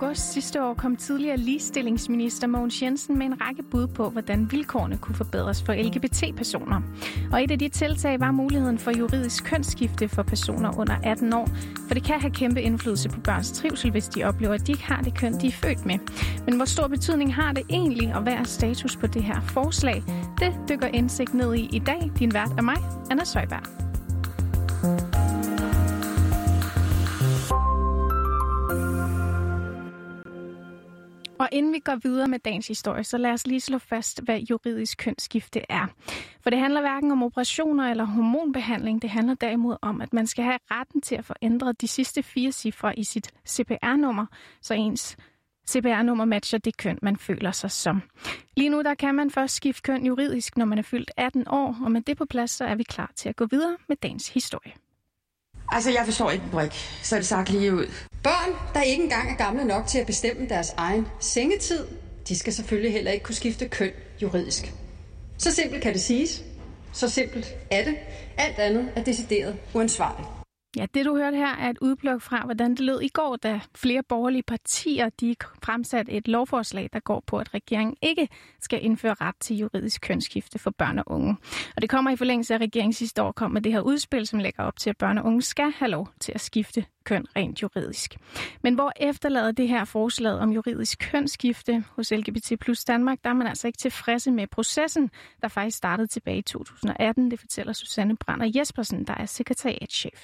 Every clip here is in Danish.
august sidste år kom tidligere ligestillingsminister Mogens Jensen med en række bud på, hvordan vilkårene kunne forbedres for LGBT-personer. Og et af de tiltag var muligheden for juridisk kønsskifte for personer under 18 år, for det kan have kæmpe indflydelse på børns trivsel, hvis de oplever, at de ikke har det køn, de er født med. Men hvor stor betydning har det egentlig, og hvad er status på det her forslag? Det dykker Indsigt ned i dag. Din vært er mig, Anna Søjberg. Og inden vi går videre med dagens historie, så lad os lige slå fast, hvad juridisk kønsskifte er. For det handler hverken om operationer eller hormonbehandling. Det handler derimod om, at man skal have retten til at få ændret de sidste 4 cifre i sit CPR-nummer, så ens CPR-nummer matcher det køn, man føler sig som. Lige nu der kan man først skifte køn juridisk, når man er fyldt 18 år, og med det på plads, så er vi klar til at gå videre med dagens historie. Altså, jeg forstår ikke en brik, så er det sagt lige ud. Børn, der ikke engang er gamle nok til at bestemme deres egen sengetid, de skal selvfølgelig heller ikke kunne skifte køn juridisk. Så simpelt kan det siges. Så simpelt er det. Alt andet er decideret uansvarligt. Ja, det du hørte her er et udpluk fra, hvordan det lød i går, da flere borgerlige partier de fremsatte et lovforslag, der går på, at regeringen ikke skal indføre ret til juridisk kønsskifte for børn og unge. Og det kommer i forlængelse af, at regeringen sidste år kom med det her udspil, som lægger op til, at børn og unge skal have lov til at skifte køn rent juridisk. Men hvor efterlader det her forslag om juridisk kønsskifte hos LGBT plus Danmark, der er man altså ikke tilfredse med processen, der faktisk startede tilbage i 2018. Det fortæller Susanne Brander Jespersen, der er sekretariatschef.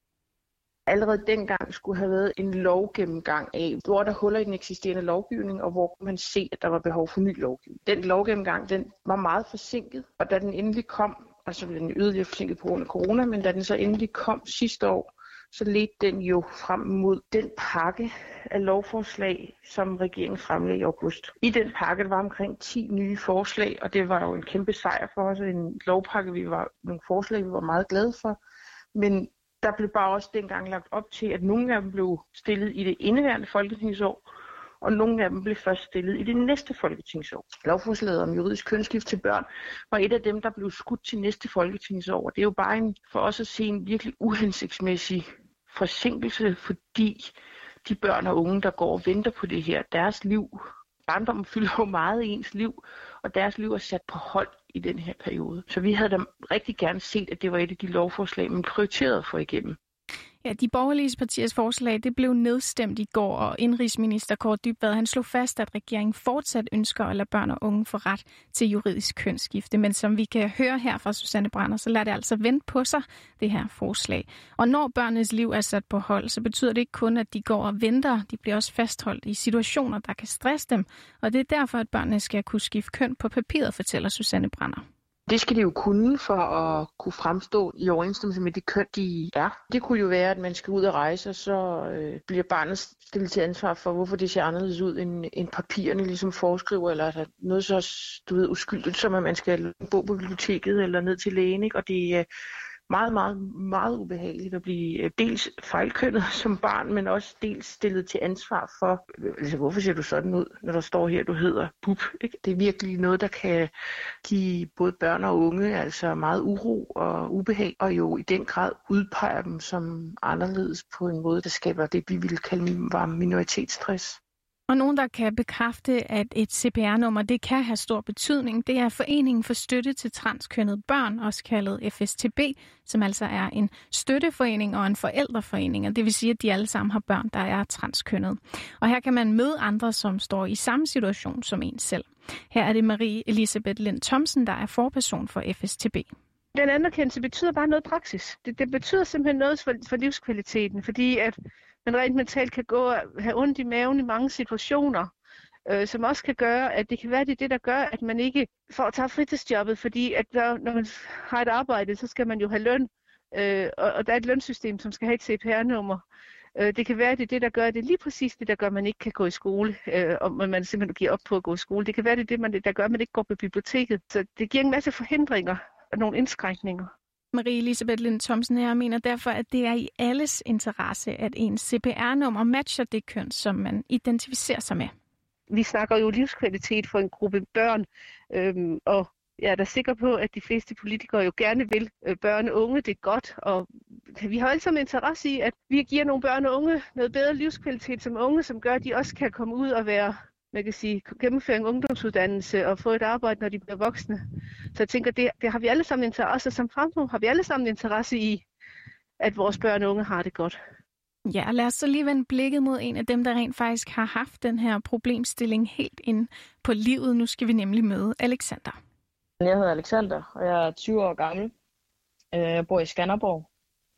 Allerede dengang skulle have været en lovgennemgang af, hvor der huller i den eksisterende lovgivning, og hvor man se, at der var behov for ny lovgivning. Den lovgennemgang, den var meget forsinket, og da den endelig kom, altså blev den yderligere forsinket på grund af corona, men da den så endelig kom sidste år, så ledte den jo frem mod den pakke af lovforslag, som regeringen fremlagde i august. I den pakke der var omkring 10 nye forslag, og det var jo en kæmpe sejr for os, en lovpakke, nogle forslag, vi var meget glade for, men der blev bare også dengang lagt op til, at nogle af dem blev stillet i det indeværende folketingsår, og nogle af dem blev først stillet i det næste folketingsår. Lovforslaget om juridisk kønsskift til børn var et af dem, der blev skudt til næste folketingsår. Det er jo bare for os at se en virkelig uhensigtsmæssig forsinkelse, fordi de børn og unge, der går og venter på det her, deres liv, barndommen fylder jo meget i ens liv, og deres liv er sat på hold i den her periode. Så vi havde da rigtig gerne set, at det var et af de lovforslag, man prioriterede for igennem. Ja, de borgerlige partiers forslag det blev nedstemt i går, og indrigsminister Kaare Dybvad han slog fast, at regeringen fortsat ønsker at lade børn og unge få ret til juridisk kønsskifte. Men som vi kan høre her fra Susanne Brander, så lader det altså vente på sig, det her forslag. Og når børnenes liv er sat på hold, så betyder det ikke kun, at de går og venter. De bliver også fastholdt i situationer, der kan stresse dem. Og det er derfor, at børnene skal kunne skifte køn på papiret, fortæller Susanne Brander. Det skal de jo kunne for at kunne fremstå i overensstemmelse med det køn, de er. Det kunne jo være, at man skal ud og rejse, og så bliver barnet stillet til ansvar for, hvorfor det ser anderledes ud, end papirerne ligesom foreskriver, eller er noget så uskyldigt, som at man skal bo på biblioteket eller ned til lægen, ikke? Og det er meget, meget, meget ubehageligt at blive dels fejlkønnet som barn, men også dels stillet til ansvar for, altså, hvorfor ser du sådan ud, når der står her, du hedder Bub, ikke? Det er virkelig noget, der kan give både børn og unge altså meget uro og ubehag, og jo i den grad udpeger dem som anderledes på en måde, der skaber det, vi ville kalde varm minoritetsstress. Og nogen, der kan bekræfte, at et CPR-nummer det kan have stor betydning, det er Foreningen for Støtte til Transkønnede Børn, også kaldet FSTB, som altså er en støtteforening og en forældreforening, og det vil sige, at de alle sammen har børn, der er transkønnede. Og her kan man møde andre, som står i samme situation som en selv. Her er det Marie Elisabeth Lind Thomsen, der er forperson for FSTB. Den anerkendelse betyder bare noget praksis. Det betyder simpelthen noget for livskvaliteten, fordi at man rent mentalt kan gå og have ondt i maven i mange situationer, som også kan gøre, at det kan være det, der gør, at man ikke får at tage fritidsjobbet, fordi at når man har et arbejde, så skal man jo have løn, og der er et lønsystem, som skal have et CPR-nummer. Det kan være, at det er det, der gør, at det er lige præcis det, der gør, at man ikke kan gå i skole, og man simpelthen giver op på at gå i skole. Det kan være, at det er det, der gør, at man ikke går på biblioteket. Så det giver en masse forhindringer og nogle indskrænkninger. Marie Elisabeth Lind Thomsen her mener derfor, at det er i alles interesse, at ens CPR-nummer matcher det køn, som man identificerer sig med. Vi snakker jo livskvalitet for en gruppe børn, og jeg er da sikker på, at de fleste politikere jo gerne vil børn og unge det godt, og vi har alle sammen interesse i, at vi giver nogle børn og unge noget bedre livskvalitet som unge, som gør, at de også kan komme ud og være, man kan sige, gennemføre en ungdomsuddannelse og få et arbejde, når de bliver voksne. Så jeg tænker, det har vi alle sammen interesse, som fremtid har vi alle sammen interesse i, at vores børn og unge har det godt. Ja, lad os så lige vende blikket mod en af dem, der rent faktisk har haft den her problemstilling helt ind på livet. Nu skal vi nemlig møde Alexander. Jeg hedder Alexander, og jeg er 20 år gammel. Jeg bor i Skanderborg.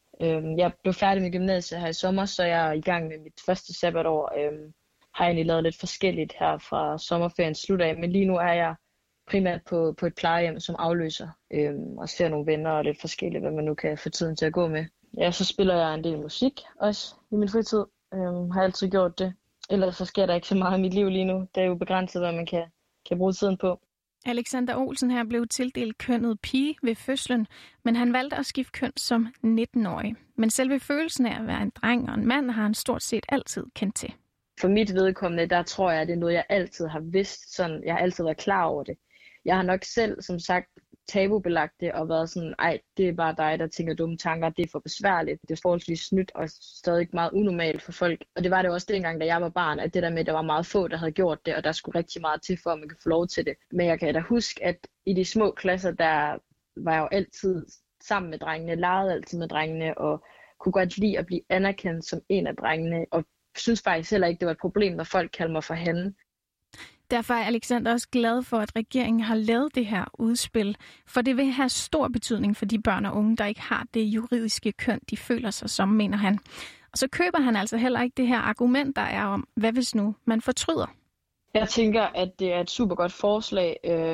Jeg blev færdig med gymnasiet her i sommer, så jeg er i gang med mit første sabbatår. Har egentlig lavet lidt forskelligt her fra sommerferien slut af, men lige nu er jeg primært på et plejehjem som afløser, og ser nogle venner og lidt forskelligt, hvad man nu kan få tiden til at gå med. Ja, så spiller jeg en del musik også i min fritid. Har altid gjort det. Ellers så sker der ikke så meget i mit liv lige nu. Det er jo begrænset, hvad man kan bruge tiden på. Alexander Olsen her blev tildelt kønnet pige ved fødslen, men han valgte at skifte køn som 19-årig. Men selve følelsen af at være en dreng og en mand har han stort set altid kendt til. For mit vedkommende, der tror jeg, at det er noget, jeg altid har vidst. Sådan, jeg har altid været klar over det. Jeg har nok selv, som sagt, tabubelagt det og været sådan, ej, det er bare dig, der tænker dumme tanker, det er for besværligt, det er forholdsvis snydt og stadig meget unormalt for folk. Og det var det også dengang, da jeg var barn, at det der med, at der var meget få, der havde gjort det, og der skulle rigtig meget til, for at man kan få lov til det. Men jeg kan da huske, at i de små klasser, der var jeg jo altid sammen med drengene, legede altid med drengene, og kunne godt lide at blive anerkendt som en af drengene, og synes faktisk heller ikke, det var et problem, når folk kaldte mig for han. Derfor er Alexander også glad for, at regeringen har lavet det her udspil, for det vil have stor betydning for de børn og unge, der ikke har det juridiske køn, de føler sig som, mener han. Og så køber han altså heller ikke det her argument, der er om, hvad hvis nu man fortryder? Jeg tænker, at det er et super godt forslag.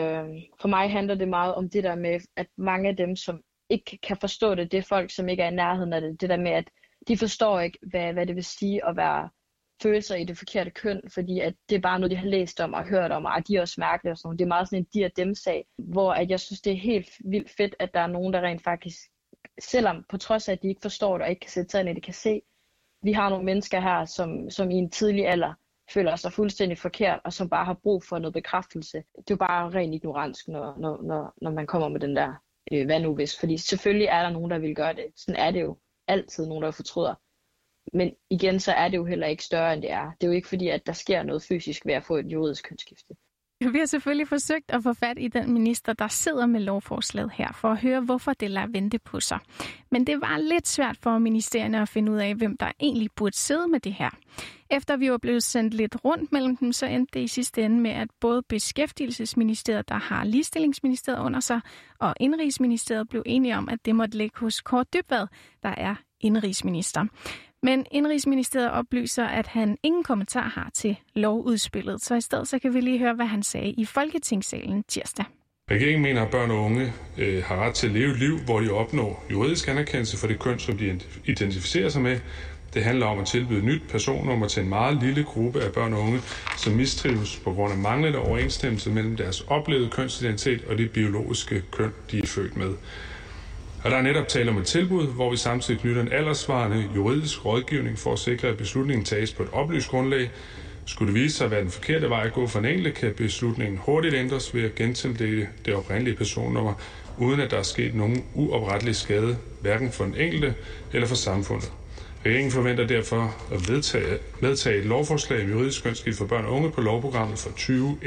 For mig handler det meget om det der med, at mange af dem, som ikke kan forstå det, det er folk, som ikke er i nærheden af det. Det der med, at de forstår ikke, hvad det vil sige at være følelser i det forkerte køn, fordi at det er bare noget, de har læst om og hørt om, og de er også mærkelige og sådan noget. Det er meget sådan en de og dem-sag, hvor at jeg synes, det er helt vildt fedt, at der er nogen, der rent faktisk, selvom på trods af, at de ikke forstår det og ikke kan sætte sig ind i det, kan se, vi har nogle mennesker her, som i en tidlig alder føler sig fuldstændig forkert, og som bare har brug for noget bekræftelse. Det er jo bare ren ignoransk, når man kommer med den der, hvad nu hvis, fordi selvfølgelig er der nogen, der vil gøre det. Sådan er det jo altid nogen, der fortryder. Men igen, så er det jo heller ikke større, end det er. Det er jo ikke fordi, at der sker noget fysisk ved at få et juridisk kønsskifte. Vi har selvfølgelig forsøgt at få fat i den minister, der sidder med lovforslaget her, for at høre, hvorfor det lader vente på sig. Men det var lidt svært for ministerierne at finde ud af, hvem der egentlig burde sidde med det her. Efter vi var blevet sendt lidt rundt mellem dem, så endte det i sidste ende med, at både Beskæftigelsesministeriet, der har Ligestillingsministeriet under sig, og Indenrigsministeriet blev enige om, at det måtte ligge hos Kaare Dybvad, der er indenrigsminister. Men Indenrigsministeriet oplyser, at han ingen kommentar har til lovudspillet, så i stedet så kan vi lige høre, hvad han sagde i Folketingssalen tirsdag. Regeringen mener, at børn og unge har ret til at leve et liv, hvor de opnår juridisk anerkendelse for det køn, som de identificerer sig med. Det handler om at tilbyde nyt personnummer til en meget lille gruppe af børn og unge, som mistrives på grund af manglende overensstemmelse mellem deres oplevede kønsidentitet og det biologiske køn, de er født med. Og der er netop tale om et tilbud, hvor vi samtidig knytter en alderssvarende juridisk rådgivning for at sikre, at beslutningen tages på et oplyst grundlag. Skulle det vise sig at være den forkerte vej at gå for en enkelt, kan beslutningen hurtigt ændres ved at gentildele det oprindelige personnummer, uden at der er sket nogen uoprettelig skade, hverken for den enkelte eller for samfundet. Regeringen forventer derfor at medtage et lovforslag om juridisk kønsskifte for børn og unge på lovprogrammet for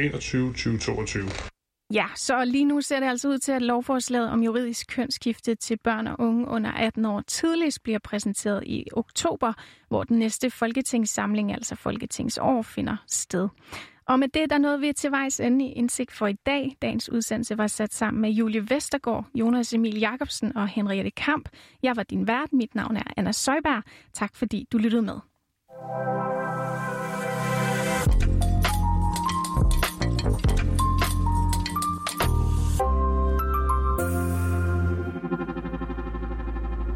2021-2022. Ja, så lige nu ser det altså ud til, at lovforslaget om juridisk kønsskifte til børn og unge under 18 år tidligst bliver præsenteret i oktober, hvor den næste folketingssamling, altså folketingsår, finder sted. Og med det, der nåede vi til vejs ende i Indsigt for i dag. Dagens udsendelse var sat sammen med Julie Vestergaard, Jonas Emil Jacobsen og Henriette Kamp. Jeg var din vært. Mit navn er Anna Søjberg. Tak fordi du lyttede med.